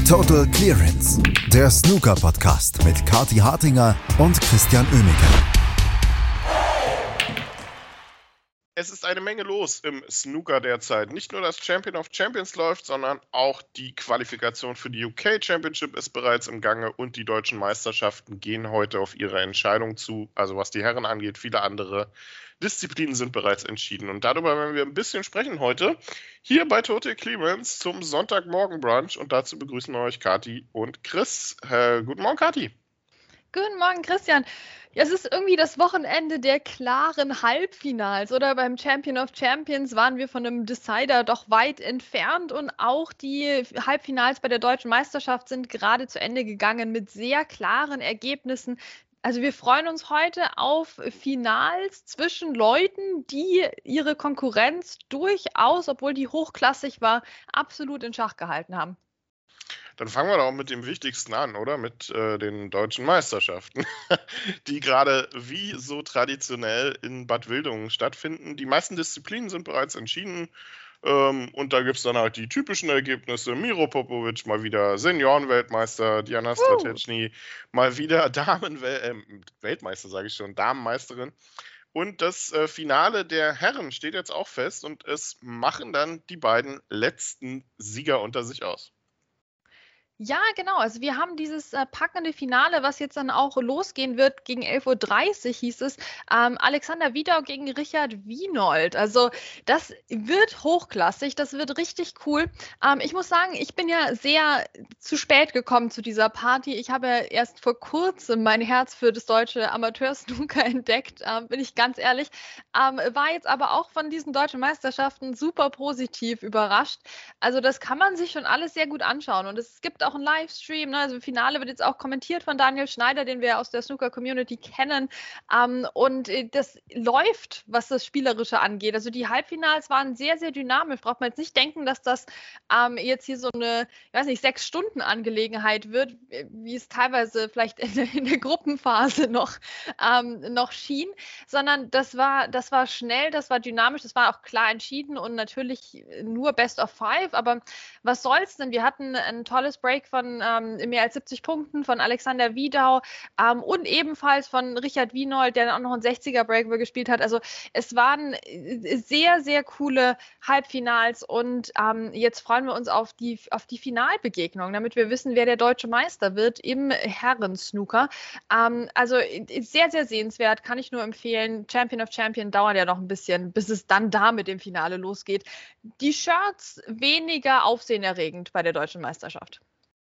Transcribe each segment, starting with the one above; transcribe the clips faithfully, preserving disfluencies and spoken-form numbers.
Total Clearance, der Snooker-Podcast mit Kathi Hartinger und Christian Oemeke. Es ist eine Menge los im Snooker derzeit. Nicht nur das Champion of Champions läuft, sondern auch die Qualifikation für die U K Championship ist bereits im Gange und die deutschen Meisterschaften gehen heute auf ihre Entscheidung zu. Also was die Herren angeht, viele andere Disziplinen sind bereits entschieden. Und darüber werden wir ein bisschen sprechen heute hier bei Total Clearance zum Sonntagmorgen-Brunch. Und dazu begrüßen wir euch Kathi und Chris. Äh, guten Morgen, Kathi. Guten Morgen, Christian. Ja, es ist irgendwie das Wochenende der klaren Halbfinals, oder? Beim Champion of Champions waren wir von einem Decider doch weit entfernt und auch die Halbfinals bei der Deutschen Meisterschaft sind gerade zu Ende gegangen mit sehr klaren Ergebnissen. Also wir freuen uns heute auf Finals zwischen Leuten, die ihre Konkurrenz durchaus, obwohl die hochklassig war, absolut in Schach gehalten haben. Dann fangen wir doch mit dem Wichtigsten an, oder? Mit äh, den deutschen Meisterschaften, die gerade wie so traditionell in Bad Wildungen stattfinden. Die meisten Disziplinen sind bereits entschieden. Ähm, und da gibt es dann halt die typischen Ergebnisse. Miro Popovic mal wieder Seniorenweltmeister, Diana Stratechny uh. mal wieder Damen-Weltmeister, äh, sage ich schon, Damenmeisterin. Und das äh, Finale der Herren steht jetzt auch fest und es machen dann die beiden letzten Sieger unter sich aus. Ja, genau. Also wir haben dieses äh, packende Finale, was jetzt dann auch losgehen wird, gegen elf Uhr dreißig hieß es, ähm, Alexander Wiedau gegen Richard Wienold. Also das wird hochklassig, das wird richtig cool. Ähm, ich muss sagen, ich bin ja sehr zu spät gekommen zu dieser Party. Ich habe ja erst vor kurzem mein Herz für das deutsche Amateur-Snooker entdeckt, ähm, bin ich ganz ehrlich. Ähm, war jetzt aber auch von diesen deutschen Meisterschaften super positiv überrascht. Also das kann man sich schon alles sehr gut anschauen und es gibt auch ein Livestream, ne? Also Finale wird jetzt auch kommentiert von Daniel Schneider, den wir aus der Snooker-Community kennen. Ähm, und äh, das läuft, was das Spielerische angeht. Also die Halbfinals waren sehr, sehr dynamisch. Braucht man jetzt nicht denken, dass das ähm, jetzt hier so eine, ich weiß nicht, sechs Stunden Angelegenheit wird, wie es teilweise vielleicht in, in der Gruppenphase noch, ähm, noch schien, sondern das war, das war schnell, das war dynamisch, das war auch klar entschieden und natürlich nur Best of Five. Aber was soll's denn? Wir hatten ein tolles Break von ähm, mehr als siebzig Punkten von Alexander Wiedau ähm, und ebenfalls von Richard Wienold, der dann auch noch einen sechziger-Break gespielt hat. Also es waren sehr, sehr coole Halbfinals und ähm, jetzt freuen wir uns auf die, auf die Finalbegegnung, damit wir wissen, wer der deutsche Meister wird im Herren-Snooker. Ähm, also sehr, sehr sehenswert, kann ich nur empfehlen. Champion of Champion dauert ja noch ein bisschen, bis es dann da mit dem Finale losgeht. Die Shirts weniger aufsehenerregend bei der deutschen Meisterschaft.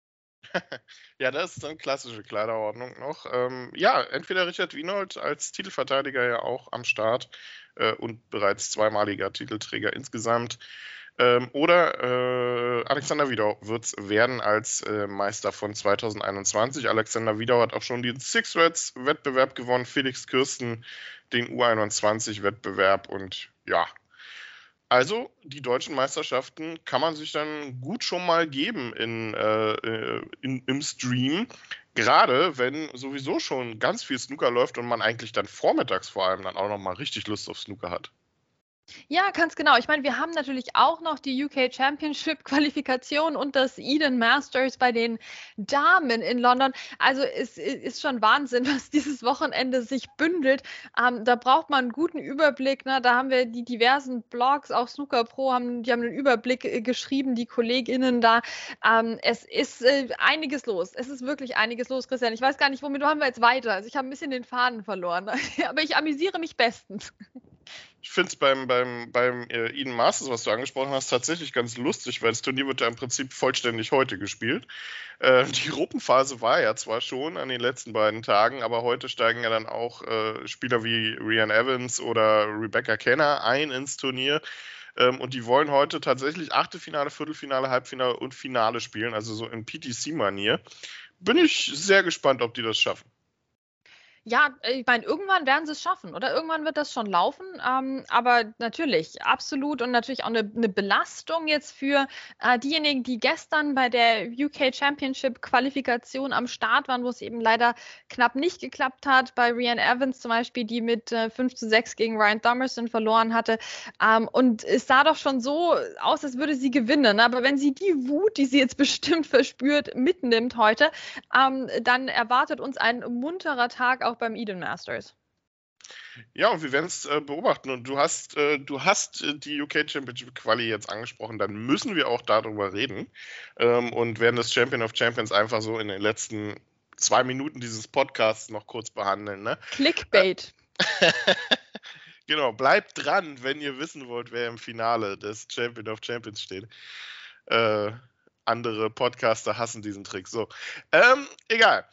Ja, das ist dann klassische Kleiderordnung noch. Ähm, ja, entweder Richard Wienold als Titelverteidiger ja auch am Start äh, und bereits zweimaliger Titelträger insgesamt. Ähm, oder äh, Alexander Wiedau wird es werden als äh, Meister von zweitausendeinundzwanzig. Alexander Wiedau hat auch schon den Six Reds Wettbewerb gewonnen, Felix Kirsten den U einundzwanzig Wettbewerb und ja, also, die deutschen Meisterschaften kann man sich dann gut schon mal geben in, äh, in, im Stream. Gerade wenn sowieso schon ganz viel Snooker läuft und man eigentlich dann vormittags vor allem dann auch noch mal richtig Lust auf Snooker hat. Ja, ganz genau. Ich meine, wir haben natürlich auch noch die U K Championship Qualifikation und das Eden Masters bei den Damen in London. Also es ist schon Wahnsinn, was dieses Wochenende sich bündelt. Ähm, da braucht man einen guten Überblick. Ne? Da haben wir die diversen Blogs, auch Snooker Pro, haben, die haben einen Überblick äh, geschrieben, die KollegInnen da. Ähm, es ist äh, einiges los. Es ist wirklich einiges los, Christian. Ich weiß gar nicht, womit haben wir jetzt weiter. Also ich habe ein bisschen den Faden verloren. Aber ich amüsiere mich bestens. Ich finde es beim, beim, beim äh, Eden Masters, was du angesprochen hast, tatsächlich ganz lustig, weil das Turnier wird ja im Prinzip vollständig heute gespielt. Äh, die Gruppenphase war ja zwar schon an den letzten beiden Tagen, aber heute steigen ja dann auch äh, Spieler wie Rhian Evans oder Rebecca Kenner ein ins Turnier. Ähm, und die wollen heute tatsächlich Achtelfinale, Viertelfinale, Halbfinale und Finale spielen, also so in P T C-Manier. Bin ich sehr gespannt, ob die das schaffen. Ja, ich meine, irgendwann werden sie es schaffen oder irgendwann wird das schon laufen. Ähm, aber natürlich, absolut und natürlich auch eine, eine Belastung jetzt für äh, diejenigen, die gestern bei der U K Championship Qualifikation am Start waren, wo es eben leider knapp nicht geklappt hat. Bei Rhian Evans zum Beispiel, die mit äh, fünf zu sechs gegen Ryan Thomerson verloren hatte. Ähm, und es sah doch schon so aus, als würde sie gewinnen. Aber wenn sie die Wut, die sie jetzt bestimmt verspürt, mitnimmt heute, ähm, dann erwartet uns ein munterer Tag auch beim Eden Masters. Ja, und wir werden es äh, beobachten. Und du hast, äh, du hast äh, die U K Championship Quali jetzt angesprochen, dann müssen wir auch darüber reden ähm, und werden das Champion of Champions einfach so in den letzten zwei Minuten dieses Podcasts noch kurz behandeln. Ne? Clickbait. Genau, bleibt dran, wenn ihr wissen wollt, wer im Finale des Champion of Champions steht. Äh, andere Podcaster hassen diesen Trick. So, ähm, egal.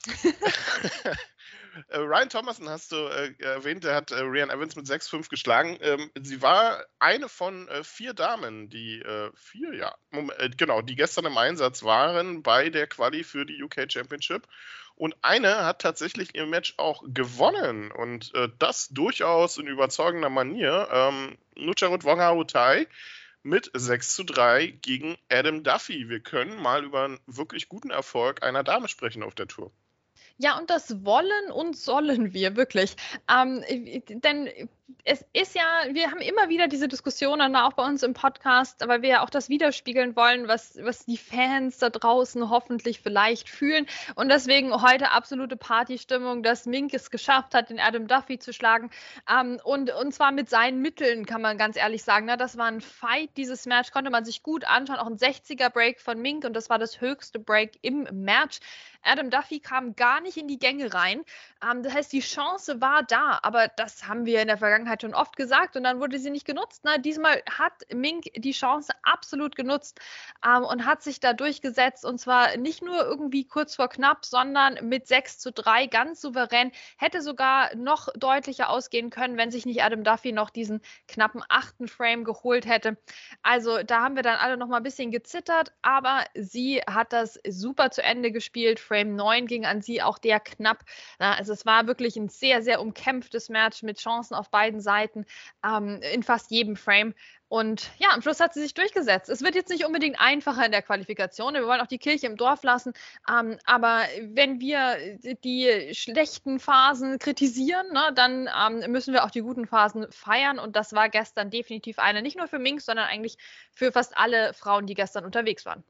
Ryan Thomerson hast du äh, erwähnt, der hat äh, Rhian Evans mit sechs fünf geschlagen. Ähm, sie war eine von äh, vier Damen, die äh, vier, ja, äh, genau, die gestern im Einsatz waren bei der Quali für die U K Championship. Und eine hat tatsächlich ihr Match auch gewonnen und äh, das durchaus in überzeugender Manier. Ähm, Nucharut Wongharutai mit sechs zu drei gegen Adam Duffy. Wir können mal über einen wirklich guten Erfolg einer Dame sprechen auf der Tour. Ja, und das wollen und sollen wir wirklich. Ähm, denn es ist ja, wir haben immer wieder diese Diskussionen, auch bei uns im Podcast, weil wir ja auch das widerspiegeln wollen, was, was die Fans da draußen hoffentlich vielleicht fühlen. Und deswegen heute absolute Partystimmung, dass Mink es geschafft hat, den Adam Duffy zu schlagen. Ähm, und, und zwar mit seinen Mitteln, kann man ganz ehrlich sagen. Na, das war ein Fight, dieses Match konnte man sich gut anschauen. Auch ein sechziger Break von Mink und das war das höchste Break im Match. Adam Duffy kam gar nicht in die Gänge rein. Ähm, das heißt, die Chance war da, aber das haben wir in der Vergangenheit schon oft gesagt und dann wurde sie nicht genutzt. Na, diesmal hat Mink die Chance absolut genutzt ähm, und hat sich da durchgesetzt und zwar nicht nur irgendwie kurz vor knapp, sondern mit sechs zu drei ganz souverän. Hätte sogar noch deutlicher ausgehen können, wenn sich nicht Adam Duffy noch diesen knappen achten Frame geholt hätte. Also da haben wir dann alle noch mal ein bisschen gezittert, aber sie hat das super zu Ende gespielt. Frame neun ging an sie, auch der knapp. Na, also es war wirklich ein sehr, sehr umkämpftes Match mit Chancen auf beiden Seiten ähm, in fast jedem Frame. Und ja, am Schluss hat sie sich durchgesetzt. Es wird jetzt nicht unbedingt einfacher in der Qualifikation. Wir wollen auch die Kirche im Dorf lassen. Ähm, aber wenn wir die schlechten Phasen kritisieren, ne, dann ähm, müssen wir auch die guten Phasen feiern. Und das war gestern definitiv eine, nicht nur für Mink, sondern eigentlich für fast alle Frauen, die gestern unterwegs waren.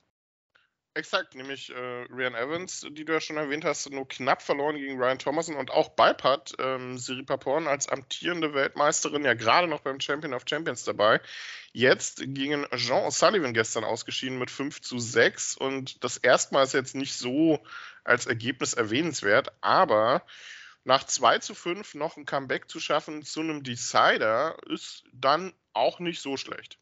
Exakt, nämlich äh, Rhian Evans, die du ja schon erwähnt hast, nur knapp verloren gegen Ryan Thomerson und auch Beipat, ähm, Siripaporn als amtierende Weltmeisterin ja gerade noch beim Champion of Champions dabei. Jetzt gegen Jean O'Sullivan gestern ausgeschieden mit fünf zu sechs und das erstmal ist jetzt nicht so als Ergebnis erwähnenswert, aber nach zwei zu fünf noch ein Comeback zu schaffen zu einem Decider ist dann auch nicht so schlecht.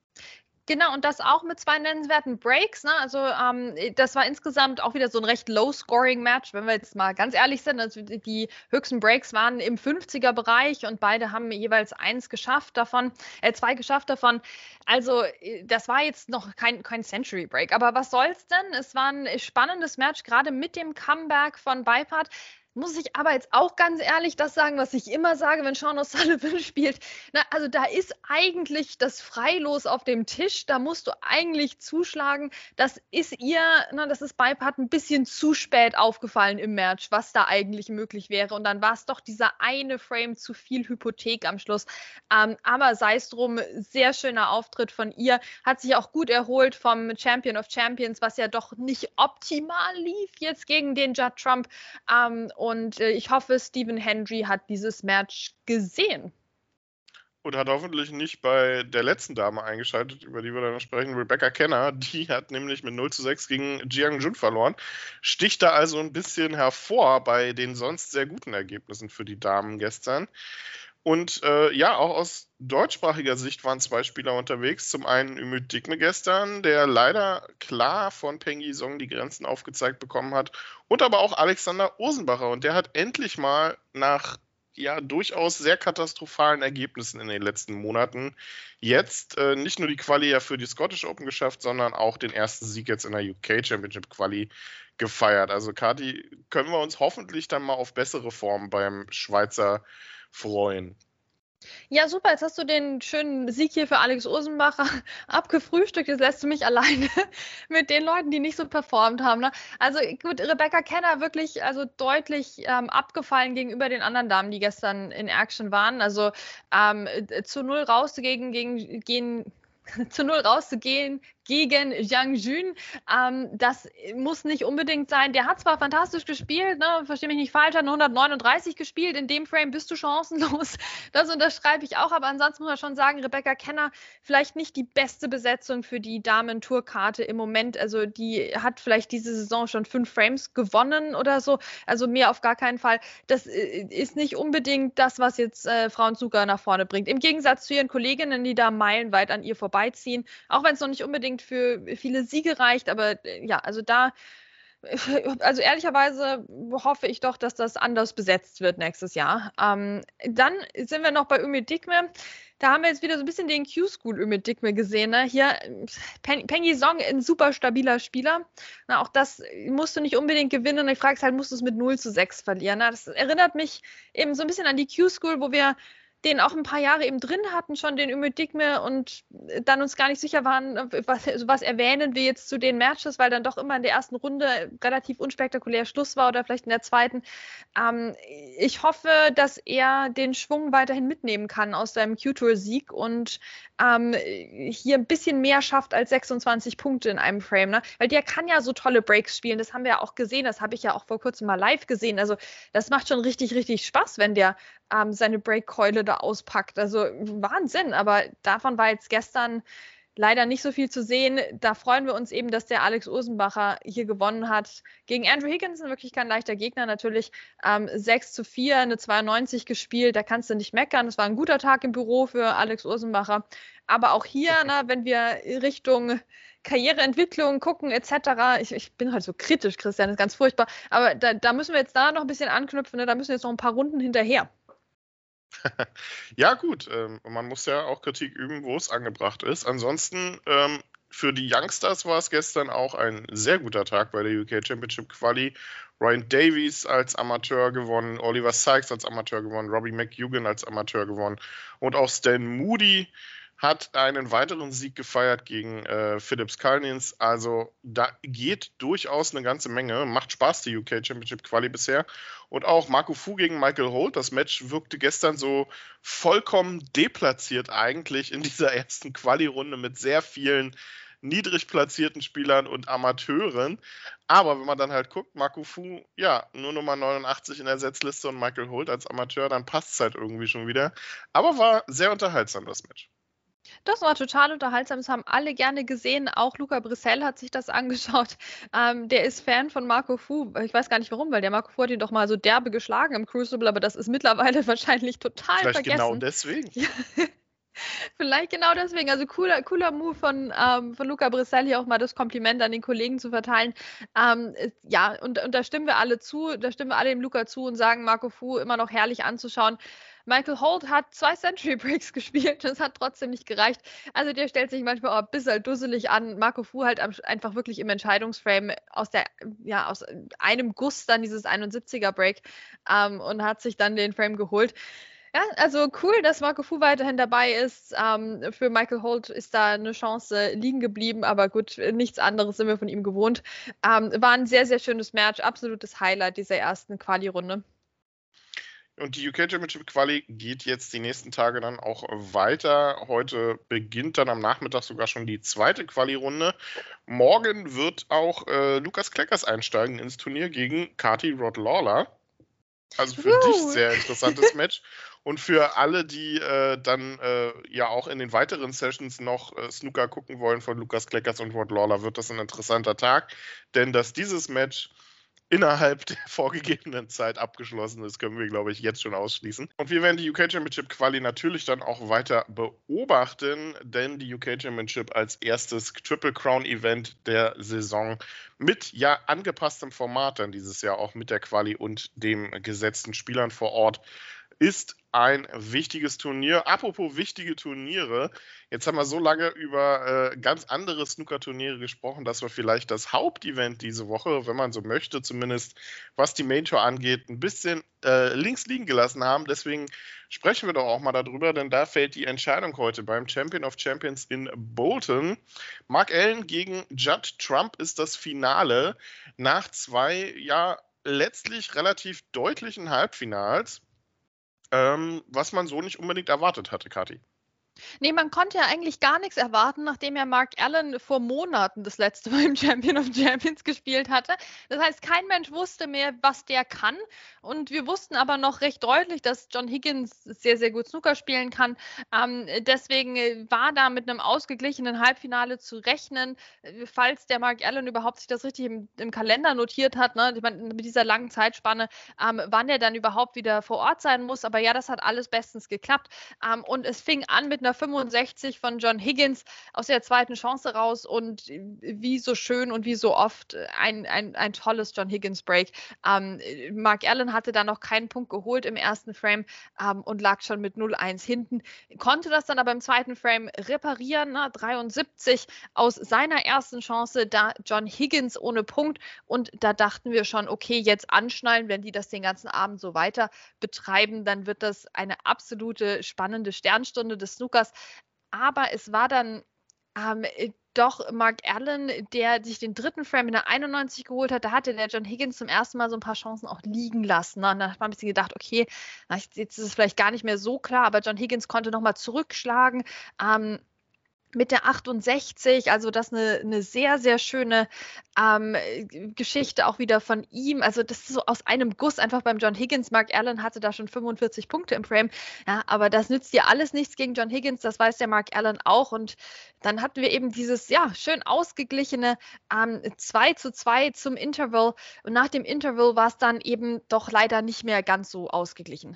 Genau, und das auch mit zwei nennenswerten Breaks. Ne? Also ähm, das war insgesamt auch wieder so ein recht Low-Scoring-Match, wenn wir jetzt mal ganz ehrlich sind. Also die höchsten Breaks waren im fünfziger-Bereich und beide haben jeweils eins geschafft davon, äh, zwei geschafft davon. Also das war jetzt noch kein, kein Century-Break. Aber was soll's denn? Es war ein spannendes Match, gerade mit dem Comeback von Beipat. Muss ich aber jetzt auch ganz ehrlich das sagen, was ich immer sage, wenn Sean O'Sullivan spielt. Na, also da ist eigentlich das Freilos auf dem Tisch, da musst du eigentlich zuschlagen. Das ist ihr, na, das ist Beipat ein bisschen zu spät aufgefallen im Match, was da eigentlich möglich wäre. Und dann war es doch dieser eine Frame zu viel Hypothek am Schluss. Ähm, aber sei es drum, sehr schöner Auftritt von ihr. Hat sich auch gut erholt vom Champion of Champions, was ja doch nicht optimal lief jetzt gegen den Judd Trump. Ähm, Und äh, ich hoffe, Stephen Hendry hat dieses Match gesehen. Und hat hoffentlich nicht bei der letzten Dame eingeschaltet, über die wir dann noch sprechen, Rebecca Kenner. Die hat nämlich mit null zu sechs gegen Jiang Jun verloren. Sticht da also ein bisschen hervor bei den sonst sehr guten Ergebnissen für die Damen gestern. Und äh, ja, auch aus deutschsprachiger Sicht waren zwei Spieler unterwegs. Zum einen Ümit Dikme gestern, der leider klar von Peng Yisong die Grenzen aufgezeigt bekommen hat. Und aber auch Alexander Osenbacher. Und der hat endlich mal nach ja durchaus sehr katastrophalen Ergebnissen in den letzten Monaten jetzt äh, nicht nur die Quali ja für die Scottish Open geschafft, sondern auch den ersten Sieg jetzt in der U K Championship Quali gefeiert. Also Kathi, können wir uns hoffentlich dann mal auf bessere Formen beim Schweizer freuen. Ja, super. Jetzt hast du den schönen Sieg hier für Alex Osenbacher abgefrühstückt. Jetzt lässt du mich alleine mit den Leuten, die nicht so performt haben. Ne? Also gut, Rebecca Kenner wirklich also deutlich ähm, abgefallen gegenüber den anderen Damen, die gestern in Action waren. Also ähm, zu null rauszugehen gegen, gegen zu null rauszugehen gegen Zhang Jun. Ähm, das muss nicht unbedingt sein. Der hat zwar fantastisch gespielt, ne, verstehe mich nicht falsch, hat hundertneununddreißig gespielt. In dem Frame bist du chancenlos. Das unterschreibe ich auch. Aber ansonsten muss man schon sagen, Rebecca Kenner vielleicht nicht die beste Besetzung für die Damen-Tourkarte im Moment. Also die hat vielleicht diese Saison schon fünf Frames gewonnen oder so. Also mehr auf gar keinen Fall. Das ist nicht unbedingt das, was jetzt äh, Frauenzug nach vorne bringt. Im Gegensatz zu ihren Kolleginnen, die da meilenweit an ihr vorbeiziehen. Auch wenn es noch nicht unbedingt für viele Siege reicht, aber äh, ja, also da, also ehrlicherweise hoffe ich doch, dass das anders besetzt wird nächstes Jahr. Ähm, dann sind wir noch bei Ümit Dikme. Da haben wir jetzt wieder so ein bisschen den Q-School Ümit Dikme gesehen. Ne? Hier, Pen, Peng Yisong, ein super stabiler Spieler. Na, auch das musst du nicht unbedingt gewinnen. Und ich frage es halt, musst du es mit null zu sechs verlieren? Na, das erinnert mich eben so ein bisschen an die Q-School, wo wir den auch ein paar Jahre eben drin hatten, schon den Ümit Dikme und dann uns gar nicht sicher waren, was, was erwähnen wir jetzt zu den Matches, weil dann doch immer in der ersten Runde relativ unspektakulär Schluss war oder vielleicht in der zweiten. Ähm, ich hoffe, dass er den Schwung weiterhin mitnehmen kann aus seinem Q-Tour-Sieg und ähm, hier ein bisschen mehr schafft als sechsundzwanzig Punkte in einem Frame. Ne? Weil der kann ja so tolle Breaks spielen, das haben wir ja auch gesehen, das habe ich ja auch vor kurzem mal live gesehen. Also das macht schon richtig, richtig Spaß, wenn der ähm, seine Breakkeule da auspackt. Also Wahnsinn, aber davon war jetzt gestern leider nicht so viel zu sehen. Da freuen wir uns eben, dass der Alex Osenbacher hier gewonnen hat. Gegen Andrew Higginson wirklich kein leichter Gegner natürlich. Ähm, sechs zu vier, eine zweiundneunzig gespielt, da kannst du nicht meckern. Es war ein guter Tag im Büro für Alex Osenbacher. Aber auch hier, na, wenn wir Richtung Karriereentwicklung gucken et cetera. Ich, ich bin halt so kritisch, Christian, das ist ganz furchtbar. Aber da, da müssen wir jetzt da noch ein bisschen anknüpfen. Ne? Da müssen jetzt noch ein paar Runden hinterher. Ja, gut. Ähm, man muss ja auch Kritik üben, wo es angebracht ist. Ansonsten, ähm, für die Youngsters war es gestern auch ein sehr guter Tag bei der U K Championship Quali. Ryan Davies als Amateur gewonnen, Oliver Sykes als Amateur gewonnen, Robbie McEugan als Amateur gewonnen und auch Stan Moody hat einen weiteren Sieg gefeiert gegen äh, Phillips Kalnins. Also da geht durchaus eine ganze Menge. Macht Spaß, die U K Championship Quali bisher. Und auch Marco Fu gegen Michael Holt. Das Match wirkte gestern so vollkommen deplatziert eigentlich in dieser ersten Quali-Runde mit sehr vielen niedrig platzierten Spielern und Amateuren. Aber wenn man dann halt guckt, Marco Fu, ja, nur Nummer neunundachtzig in der Setzliste und Michael Holt als Amateur, dann passt es halt irgendwie schon wieder. Aber war sehr unterhaltsam, das Match. Das war total unterhaltsam, das haben alle gerne gesehen, auch Luca Brissell hat sich das angeschaut, ähm, der ist Fan von Marco Fu, ich weiß gar nicht warum, weil der Marco Fu hat ihn doch mal so derbe geschlagen im Crucible, aber das ist mittlerweile wahrscheinlich total Vielleicht vergessen. genau deswegen. Ja. Vielleicht genau deswegen, also cooler, cooler Move von, ähm, von Luca Brissell, hier auch mal das Kompliment an den Kollegen zu verteilen. Ähm, ja, und, und da stimmen wir alle zu, da stimmen wir alle dem Luca zu und sagen, Marco Fu immer noch herrlich anzuschauen. Michael Holt hat zwei Century Breaks gespielt, das hat trotzdem nicht gereicht. Also der stellt sich manchmal auch ein bisschen dusselig an. Marco Fu halt einfach wirklich im Entscheidungsframe aus der, ja, aus einem Guss dann dieses einundsiebziger Break ähm, und hat sich dann den Frame geholt. Ja, also cool, dass Marco Fu weiterhin dabei ist. Ähm, für Michael Holt ist da eine Chance liegen geblieben, aber gut, nichts anderes sind wir von ihm gewohnt. Ähm, war ein sehr, sehr schönes Match, absolutes Highlight dieser ersten Quali-Runde. Und die U K Championship Quali geht jetzt die nächsten Tage dann auch weiter. Heute beginnt dann am Nachmittag sogar schon die zweite Quali-Runde. Morgen wird auch äh, Lukas Kleckers einsteigen ins Turnier gegen Kathi Rod Lawler. Also für uh. dich sehr interessantes Match. Und für alle, die äh, dann äh, ja auch in den weiteren Sessions noch äh, Snooker gucken wollen von Lukas Kleckers und Rod Lawler, wird das ein interessanter Tag. Denn dass dieses Match innerhalb der vorgegebenen Zeit abgeschlossen ist, können wir, glaube ich, jetzt schon ausschließen. Und wir werden die U K Championship Quali natürlich dann auch weiter beobachten, denn die U K Championship als erstes Triple Crown Event der Saison mit ja angepasstem Format dann dieses Jahr auch mit der Quali und dem gesetzten Spielern vor Ort ist ein wichtiges Turnier. Apropos wichtige Turniere, jetzt haben wir so lange über äh, ganz andere Snooker-Turniere gesprochen, dass wir vielleicht das Hauptevent diese Woche, wenn man so möchte, zumindest was die Main Tour angeht, ein bisschen äh, links liegen gelassen haben. Deswegen sprechen wir doch auch mal darüber, denn da fällt die Entscheidung heute beim Champion of Champions in Bolton. Mark Allen gegen Judd Trump ist das Finale nach zwei, ja, letztlich relativ deutlichen Halbfinals. Ähm, was man so nicht unbedingt erwartet hatte, Kathi. Nee, man konnte ja eigentlich gar nichts erwarten, nachdem ja Mark Allen vor Monaten das letzte Mal im Champion of Champions gespielt hatte. Das heißt, kein Mensch wusste mehr, was der kann. Und wir wussten aber noch recht deutlich, dass John Higgins sehr, sehr gut Snooker spielen kann. Ähm, deswegen war da mit einem ausgeglichenen Halbfinale zu rechnen, falls der Mark Allen überhaupt sich das richtig im, im Kalender notiert hat. Ne? Ich meine, mit dieser langen Zeitspanne, ähm, wann er dann überhaupt wieder vor Ort sein muss. Aber ja, das hat alles bestens geklappt. Ähm, und es fing an mit einer fünfundsechzig von John Higgins aus der zweiten Chance raus und wie so schön und wie so oft ein, ein, ein tolles John Higgins Break. Ähm, Mark Allen hatte da noch keinen Punkt geholt im ersten Frame ähm, und lag schon mit null eins hinten, konnte das dann aber im zweiten Frame reparieren, ne? dreiundsiebzig aus seiner ersten Chance, da John Higgins ohne Punkt, und da dachten wir schon, okay, jetzt anschnallen, wenn die das den ganzen Abend so weiter betreiben, dann wird das eine absolute spannende Sternstunde des Snookers. Aber es war dann ähm, doch Mark Allen, der sich den dritten Frame in der einundneunzig geholt hat. Da hatte der John Higgins zum ersten Mal so ein paar Chancen auch liegen lassen. Ne? Und da hat man ein bisschen gedacht, okay, jetzt ist es vielleicht gar nicht mehr so klar, aber John Higgins konnte nochmal zurückschlagen. Ähm, mit der achtundsechzig, also das eine, eine sehr, sehr schöne ähm, Geschichte auch wieder von ihm. Also das ist so aus einem Guss einfach beim John Higgins. Mark Allen hatte da schon fünfundvierzig Punkte im Frame. Ja, aber das nützt dir alles nichts gegen John Higgins, das weiß der Mark Allen auch. Und dann hatten wir eben dieses, ja, schön ausgeglichene ähm, zwei zu zwei zum Interval. Und nach dem Interval war es dann eben doch leider nicht mehr ganz so ausgeglichen.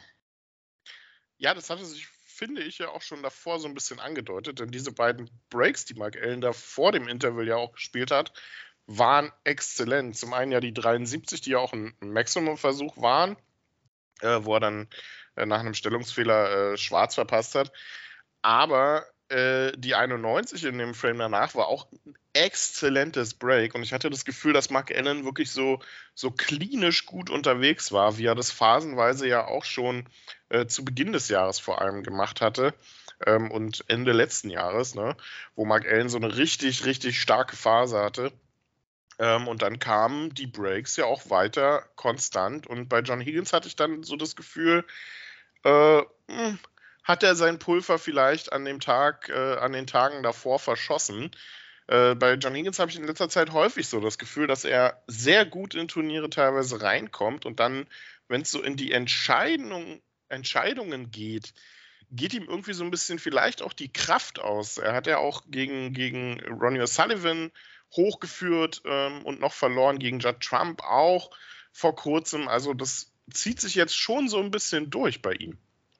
Ja, das hatte sich, finde ich, ja auch schon davor so ein bisschen angedeutet, denn diese beiden Breaks, die Mark Allen da vor dem Interval ja auch gespielt hat, waren exzellent. Zum einen ja die dreiundsiebzig, die ja auch ein Maximum-Versuch waren, äh, wo er dann äh, nach einem Stellungsfehler äh, schwarz verpasst hat. Aber äh, die einundneunzig in dem Frame danach war auch ein exzellentes Break. Und ich hatte das Gefühl, dass Mark Allen wirklich so, so klinisch gut unterwegs war, wie er das phasenweise ja auch schon äh, zu Beginn des Jahres vor allem gemacht hatte. Ähm, und Ende letzten Jahres, ne, wo Mark Allen so eine richtig, richtig starke Phase hatte. Ähm, und dann kamen die Breaks ja auch weiter konstant. Und bei John Higgins hatte ich dann so das Gefühl, äh, mh, hat er sein Pulver vielleicht an dem Tag, äh, an den Tagen davor verschossen. Äh, bei John Higgins habe ich in letzter Zeit häufig so das Gefühl, dass er sehr gut in Turniere teilweise reinkommt und dann, wenn es so in die Entscheidung, Entscheidungen geht, geht ihm irgendwie so ein bisschen vielleicht auch die Kraft aus. Er hat ja auch gegen, gegen Ronnie O'Sullivan hochgeführt ähm, und noch verloren, gegen Judd Trump auch vor kurzem. Also das zieht sich jetzt schon so ein bisschen durch bei ihm.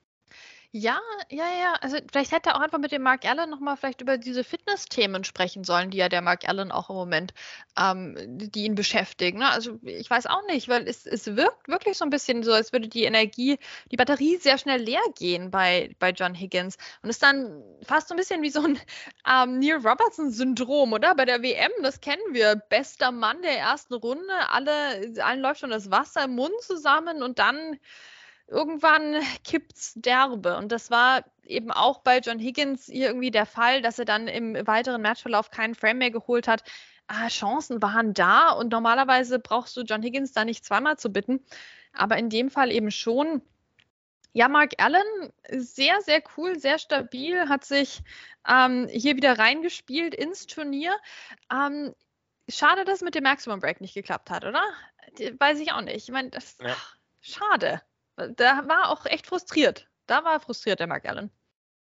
Ja, ja, ja. Also vielleicht hätte er auch einfach mit dem Mark Allen nochmal vielleicht über diese Fitness-Themen sprechen sollen, die ja der Mark Allen auch im Moment, ähm, die ihn beschäftigen. Ne? Also ich weiß auch nicht, weil es, es wirkt wirklich so ein bisschen so, als würde die Energie, die Batterie sehr schnell leer gehen bei, bei John Higgins. Und ist dann fast so ein bisschen wie so ein ähm, Neil Robertson-Syndrom, oder? Bei der W M, das kennen wir. Bester Mann der ersten Runde, alle, allen läuft schon das Wasser im Mund zusammen und dann irgendwann kippt's derbe. Und das war eben auch bei John Higgins hier irgendwie der Fall, dass er dann im weiteren Matchverlauf keinen Frame mehr geholt hat. Ah, Chancen waren da und normalerweise brauchst du John Higgins da nicht zweimal zu bitten. Aber in dem Fall eben schon. Ja, Mark Allen, sehr, sehr cool, sehr stabil, hat sich ähm, hier wieder reingespielt ins Turnier. Ähm, schade, dass es mit dem Maximum Break nicht geklappt hat, oder? Weiß ich auch nicht. Ich meine, das Ja. ach, schade. Da war auch echt frustriert. Da war er frustriert, der Mark Allen.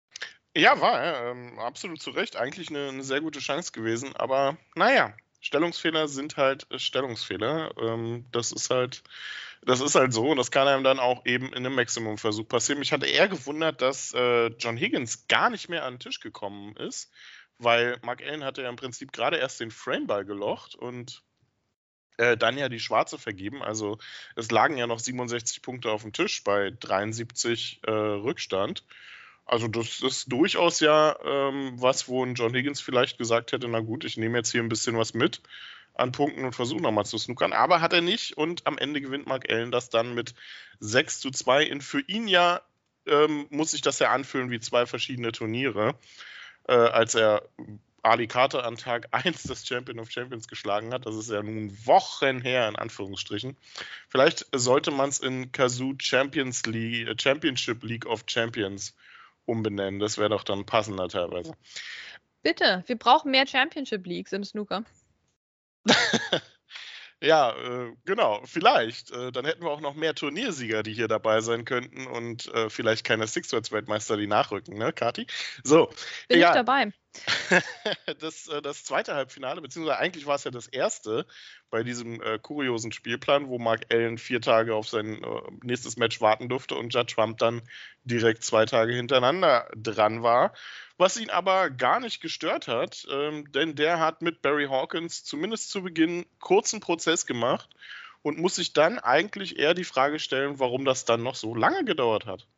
Ja, war er. Ähm, absolut zu Recht. Eigentlich eine, eine sehr gute Chance gewesen. Aber naja, Stellungsfehler sind halt äh, Stellungsfehler. Ähm, das ist halt, das ist halt so. Und das kann einem dann auch eben in einem Maximum-Versuch passieren. Mich hatte eher gewundert, dass äh, John Higgins gar nicht mehr an den Tisch gekommen ist, weil Mark Allen hatte ja im Prinzip gerade erst den Frameball gelocht und äh, dann ja die Schwarze vergeben. Also es lagen ja noch siebenundsechzig Punkte auf dem Tisch bei dreiundsiebzig äh, Rückstand. Also das ist durchaus ja ähm, was, wo ein John Higgins vielleicht gesagt hätte, na gut, ich nehme jetzt hier ein bisschen was mit an Punkten und versuche nochmal zu snookern. Aber hat er nicht und am Ende gewinnt Mark Allen das dann mit sechs zu zwei. In für ihn ja ähm, muss sich das ja anfühlen wie zwei verschiedene Turniere, äh, als er Ali Carter an Tag eins das Champion of Champions geschlagen hat. Das ist ja nun Wochen her, in Anführungsstrichen. Vielleicht sollte man es in Kazoo Champions League, Championship League of Champions umbenennen. Das wäre doch dann passender teilweise. Bitte, wir brauchen mehr Championship Leagues im Snooker. Ja, äh, genau, vielleicht. Äh, dann hätten wir auch noch mehr Turniersieger, die hier dabei sein könnten und äh, vielleicht keine Sixwords-Weltmeister, die nachrücken, ne, Kathi? So, Bin egal. ich dabei. das, äh, das zweite Halbfinale, beziehungsweise eigentlich war es ja das erste bei diesem äh, kuriosen Spielplan, wo Mark Allen vier Tage auf sein äh, nächstes Match warten durfte und Judd Trump dann direkt zwei Tage hintereinander dran war. Was ihn aber gar nicht gestört hat, ähm, denn der hat mit Barry Hawkins zumindest zu Beginn kurzen Prozess gemacht und muss sich dann eigentlich eher die Frage stellen, warum das dann noch so lange gedauert hat.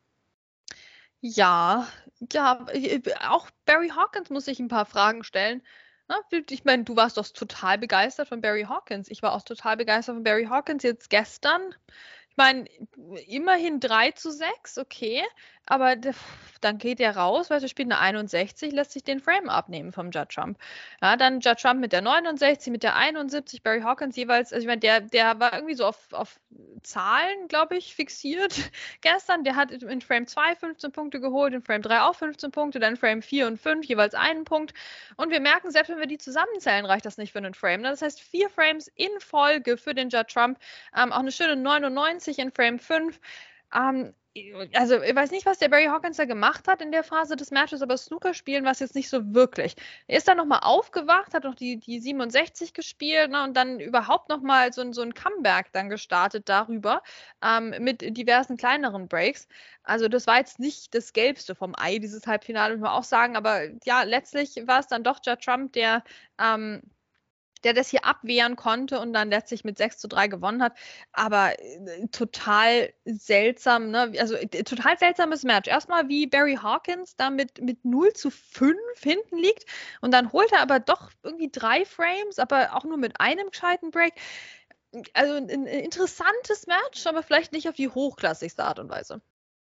Ja, ja, auch Barry Hawkins muss sich ein paar Fragen stellen. Ich meine, du warst doch total begeistert von Barry Hawkins. Ich war auch total begeistert von Barry Hawkins jetzt gestern. Ich meine, immerhin drei zu sechs, okay, aber dann geht er raus, weil er spielt eine einundsechzig, lässt sich den Frame abnehmen vom Judd Trump. Ja, dann Judd Trump mit der neunundsechzig, mit der einundsiebzig, Barry Hawkins jeweils, also ich meine, der, der war irgendwie so auf, auf Zahlen, glaube ich, fixiert gestern. Der hat in Frame zwei fünfzehn Punkte geholt, in Frame drei auch fünfzehn Punkte, dann Frame vier und fünf jeweils einen Punkt. Und wir merken, selbst wenn wir die zusammenzählen, reicht das nicht für einen Frame. Das heißt, vier Frames in Folge für den Judd Trump, ähm, auch eine schöne neunundneunzig in Frame fünf. Ähm, also ich weiß nicht, was der Barry Hawkins da gemacht hat in der Phase des Matches, aber Snooker spielen war es jetzt nicht so wirklich. Er ist dann nochmal aufgewacht, hat noch die, die siebenundsechzig gespielt, ne, und dann überhaupt nochmal so, so ein Comeback dann gestartet darüber ähm, mit diversen kleineren Breaks. Also das war jetzt nicht das Gelbste vom Ei, dieses Halbfinale, muss man auch sagen, aber ja, letztlich war es dann doch Judd Trump, der ähm, der das hier abwehren konnte und dann letztlich mit sechs zu drei gewonnen hat. Aber äh, total seltsam, ne? Also äh, total seltsames Match. Erstmal, wie Barry Hawkins da mit, mit null zu fünf hinten liegt und dann holt er aber doch irgendwie drei Frames, aber auch nur mit einem gescheiten Break. Also ein, ein interessantes Match, aber vielleicht nicht auf die hochklassigste Art und Weise.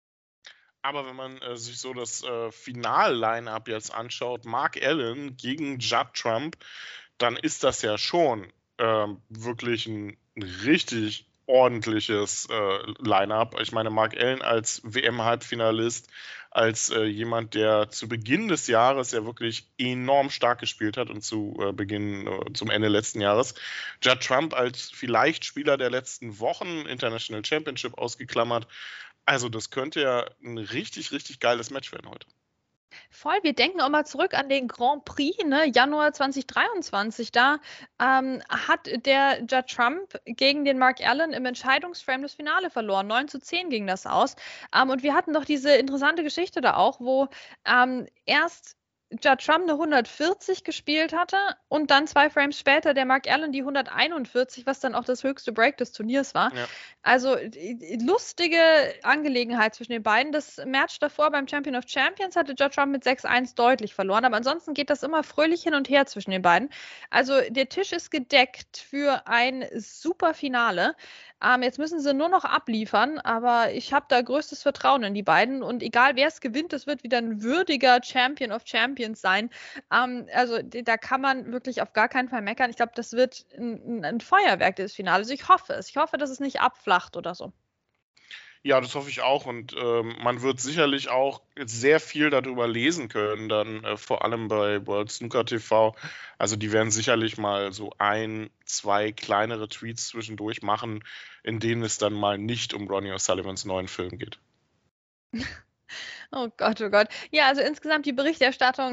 Aber wenn man äh, sich so das äh, Final-Line-Up jetzt anschaut, Mark Allen gegen Judd Trump, dann ist das ja schon ähm, wirklich ein richtig ordentliches äh, Line-Up. Ich meine, Mark Allen als W M-Halbfinalist, als äh, jemand, der zu Beginn des Jahres ja wirklich enorm stark gespielt hat und zu äh, Beginn, äh, zum Ende letzten Jahres. Judd Trump als vielleicht Spieler der letzten Wochen, International Championship ausgeklammert. Also das könnte ja ein richtig, richtig geiles Match werden heute. Voll, wir denken auch mal zurück an den Grand Prix, ne, Januar zwanzig dreiundzwanzig. Da ähm, hat der Judd Trump gegen den Mark Allen im Entscheidungsframe das Finale verloren. neun zu zehn ging das aus. Ähm, und wir hatten doch diese interessante Geschichte da auch, wo ähm, erst Judd Trump eine hundertvierzig gespielt hatte und dann zwei Frames später der Mark Allen die hunderteinundvierzig, was dann auch das höchste Break des Turniers war. Ja. Also lustige Angelegenheit zwischen den beiden. Das Match davor beim Champion of Champions hatte Judd Trump mit sechs eins deutlich verloren, aber ansonsten geht das immer fröhlich hin und her zwischen den beiden. Also der Tisch ist gedeckt für ein super Finale. Ähm, jetzt müssen sie nur noch abliefern, aber ich habe da größtes Vertrauen in die beiden und egal wer es gewinnt, das wird wieder ein würdiger Champion of Champions sein. Ähm, also da kann man wirklich auf gar keinen Fall meckern. Ich glaube, das wird ein, ein Feuerwerk, dieses Finale. Also ich hoffe es. Ich hoffe, dass es nicht abflacht oder so. Ja, das hoffe ich auch und ähm, man wird sicherlich auch sehr viel darüber lesen können, dann äh, vor allem bei World Snooker T V. Also die werden sicherlich mal so ein, zwei kleinere Tweets zwischendurch machen, in denen es dann mal nicht um Ronnie O'Sullivans neuen Film geht. Oh Gott, oh Gott. Ja, also insgesamt die Berichterstattung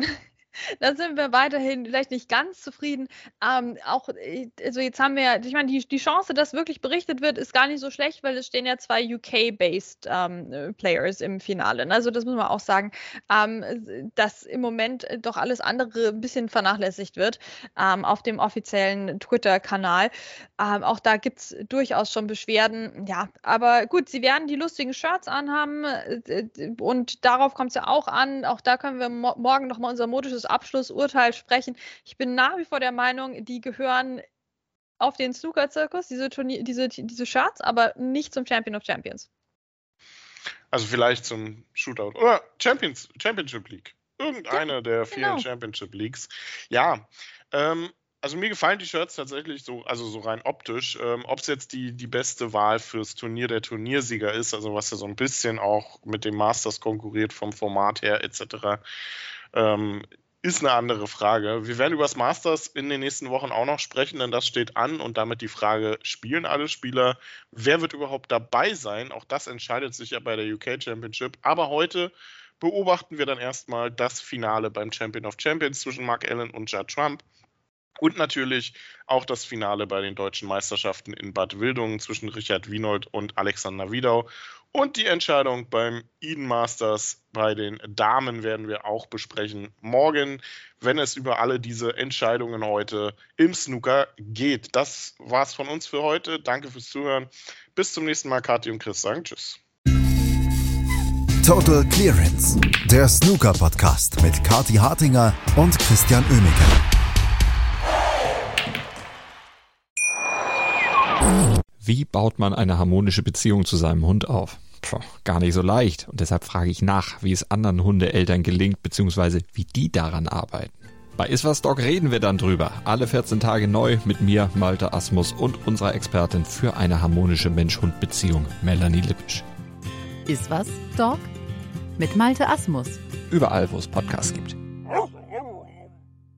Da sind wir weiterhin vielleicht nicht ganz zufrieden. Ähm, auch, also jetzt haben wir, ich meine, die, die Chance, dass wirklich berichtet wird, ist gar nicht so schlecht, weil es stehen ja zwei U K-based ähm, Players im Finale. Also das muss man auch sagen, ähm, dass im Moment doch alles andere ein bisschen vernachlässigt wird ähm, auf dem offiziellen Twitter-Kanal. Ähm, auch da gibt es durchaus schon Beschwerden. Ja, aber gut, sie werden die lustigen Shirts anhaben äh, und darauf kommt es ja auch an. Auch da können wir mo- morgen nochmal unser modisches Abschlussurteil sprechen. Ich bin nach wie vor der Meinung, die gehören auf den Snooker-Zirkus, diese, Turnier, diese, diese Shirts, aber nicht zum Champion of Champions. Also vielleicht zum Shootout oder Champions, Championship League. Irgendeine ja, der vielen genau. Championship Leagues. Ja, ähm, also mir gefallen die Shirts tatsächlich so, also so rein optisch. Ähm, ob es jetzt die, die beste Wahl fürs Turnier der Turniersieger ist, also was ja so ein bisschen auch mit dem Masters konkurriert vom Format her et cetera, ähm, ist eine andere Frage. Wir werden über das Masters in den nächsten Wochen auch noch sprechen, denn das steht an und damit die Frage, spielen alle Spieler? Wer wird überhaupt dabei sein? Auch das entscheidet sich ja bei der U K Championship. Aber heute beobachten wir dann erstmal das Finale beim Champion of Champions zwischen Mark Allen und Judd Trump. Und natürlich auch das Finale bei den deutschen Meisterschaften in Bad Wildungen zwischen Richard Wienold und Alexander Wiedau. Und die Entscheidung beim Eden Masters bei den Damen werden wir auch besprechen morgen, wenn es über alle diese Entscheidungen heute im Snooker geht. Das war's von uns für heute. Danke fürs Zuhören. Bis zum nächsten Mal. Kathi und Chris sagen Tschüss. Total Clearance, der Snooker-Podcast mit Kathi Hartinger und Christian Oemeke. Wie baut man eine harmonische Beziehung zu seinem Hund auf? Puh, gar nicht so leicht. Und deshalb frage ich nach, wie es anderen Hundeeltern gelingt, beziehungsweise wie die daran arbeiten. Bei Iswas Dog reden wir dann drüber. Alle vierzehn Tage neu mit mir, Malte Asmus und unserer Expertin für eine harmonische Mensch-Hund-Beziehung, Melanie Lippisch. Iswas Dog mit Malte Asmus. Überall, wo es Podcasts gibt.